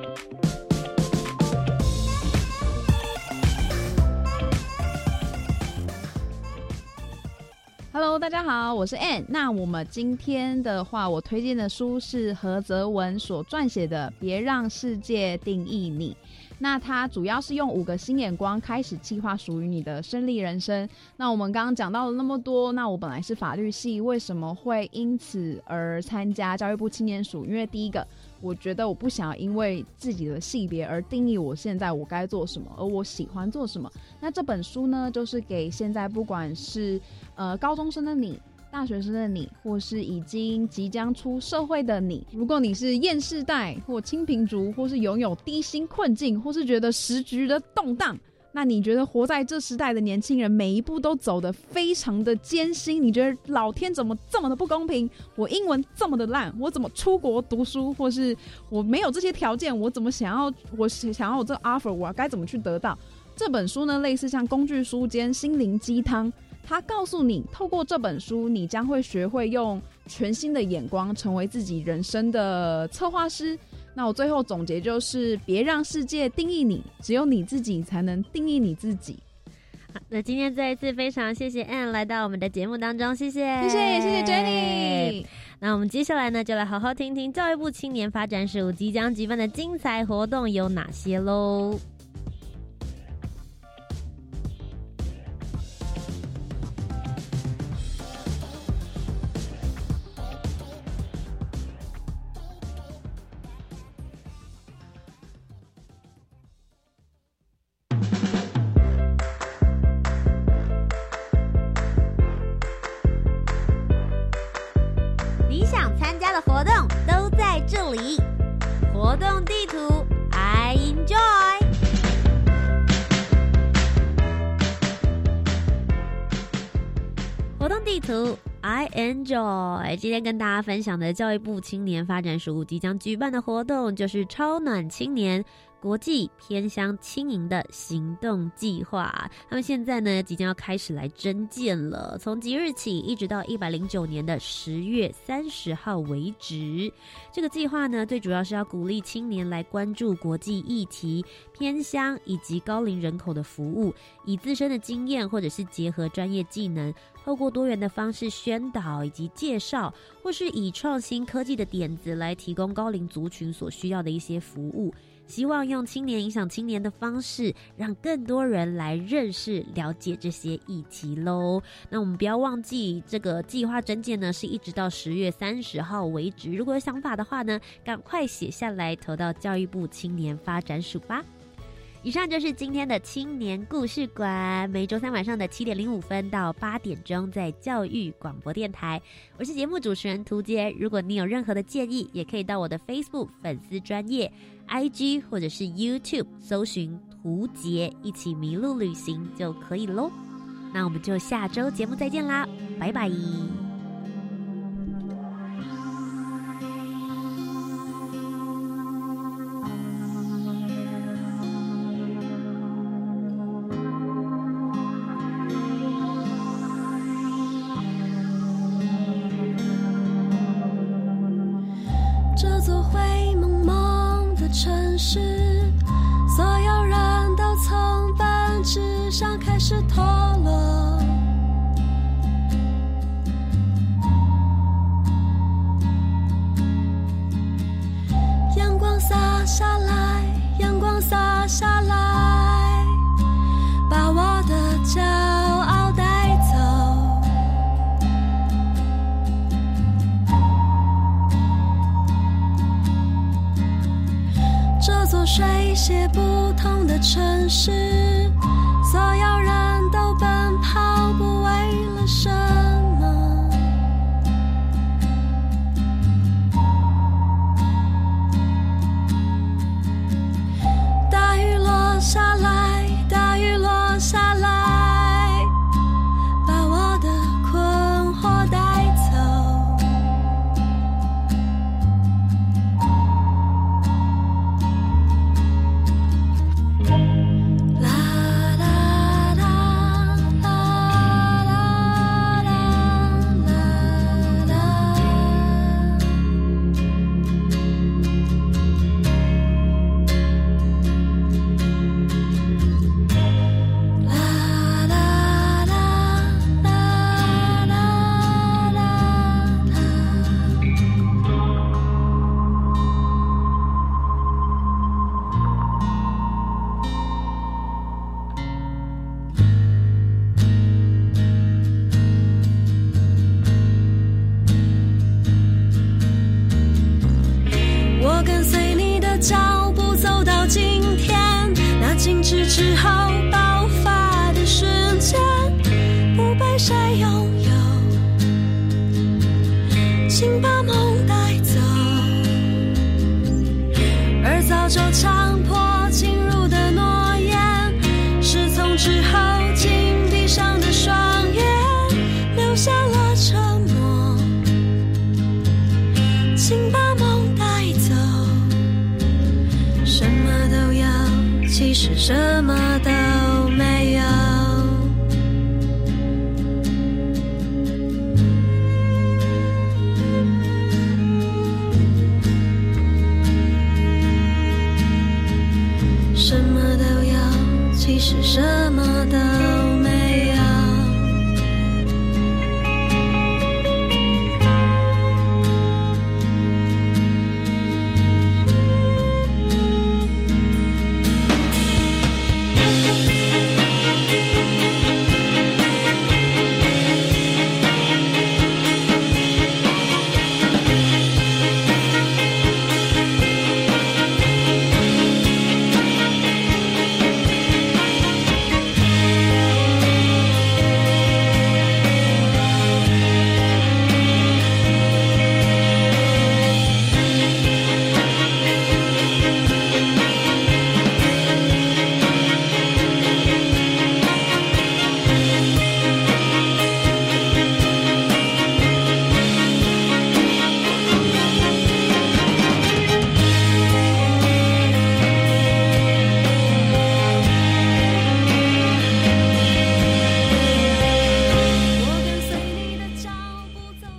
Hello， 大家好，我是 Anne。那我们今天的话，我推荐的书是何泽文所撰写的《别让世界定义你》。那它主要是用5个新眼光开始计划属于你的胜利人生。那我们刚刚讲到了那么多，那我本来是法律系，为什么会因此而参加教育部青年署？因为第一个，我觉得我不想要因为自己的系别而定义我现在我该做什么，而我喜欢做什么。那这本书呢，就是给现在不管是高中生的你、大学生的你，或是即将出社会的你，如果你是厌世代或清贫族，或是拥有低薪困境，或是觉得时局的动荡，那你觉得活在这时代的年轻人每一步都走得非常的艰辛，你觉得老天怎么这么的不公平，我英文这么的烂，我怎么出国读书，或是我没有这些条件，我想要我这个 offer 我该怎么去得到。这本书呢，类似像工具书兼心灵鸡汤，他告诉你，透过这本书，你将会学会用全新的眼光成为自己人生的策划师。那我最后总结就是，别让世界定义你，只有你自己才能定义你自己。 好，那今天再一次非常谢谢 Anne 来到我们的节目当中，谢谢 Jenny。 那我们接下来呢，就来好好听听教育部青年发展署即将举办的精彩活动有哪些咯。 你想参加的活动都在这里，活动地图 I enjoy。 图 I Enjoy。 今天跟大家分享的教育部青年发展署即将举办的活动，就是超暖青年国际偏乡青营的行动计划。他们现在呢即将要开始来征件了，从即日起一直到109年的10月30号为止。这个计划呢最主要是要鼓励青年来关注国际议题、偏乡以及高龄人口的服务，以自身的经验或者是结合专业技能，透过多元的方式宣导以及介绍，或是以创新科技的点子来提供高龄族群所需要的一些服务，希望用青年影响青年的方式，让更多人来认识了解这些议题咯。那我们不要忘记，这个计划征件呢是一直到10月30号为止，如果有想法的话呢，赶快写下来投到教育部青年发展署吧。以上就是今天的青年故事馆，每周三晚上的7点05分到8点钟在教育广播电台。我是节目主持人涂洁，如果你有任何的建议，也可以到我的 Facebook 粉丝专页、IG 或者是 YouTube 搜寻涂洁，一起迷路旅行就可以咯。那我们就下周节目再见啦，拜拜。 城市，所有人都从本质上开始脱落。阳光洒下来，阳光洒下来，把我的骄傲带走。这座水泄不通的城市，所有人都奔跑，不为了什么。大雨落下来，大雨落下来，把我的困惑带走。之后爆发的瞬间，不被谁拥有，请把梦带走。而早就强迫进入的诺言，是从之后紧闭上的双眼，留下了沉默。请把梦带走，什么都要，其实什么都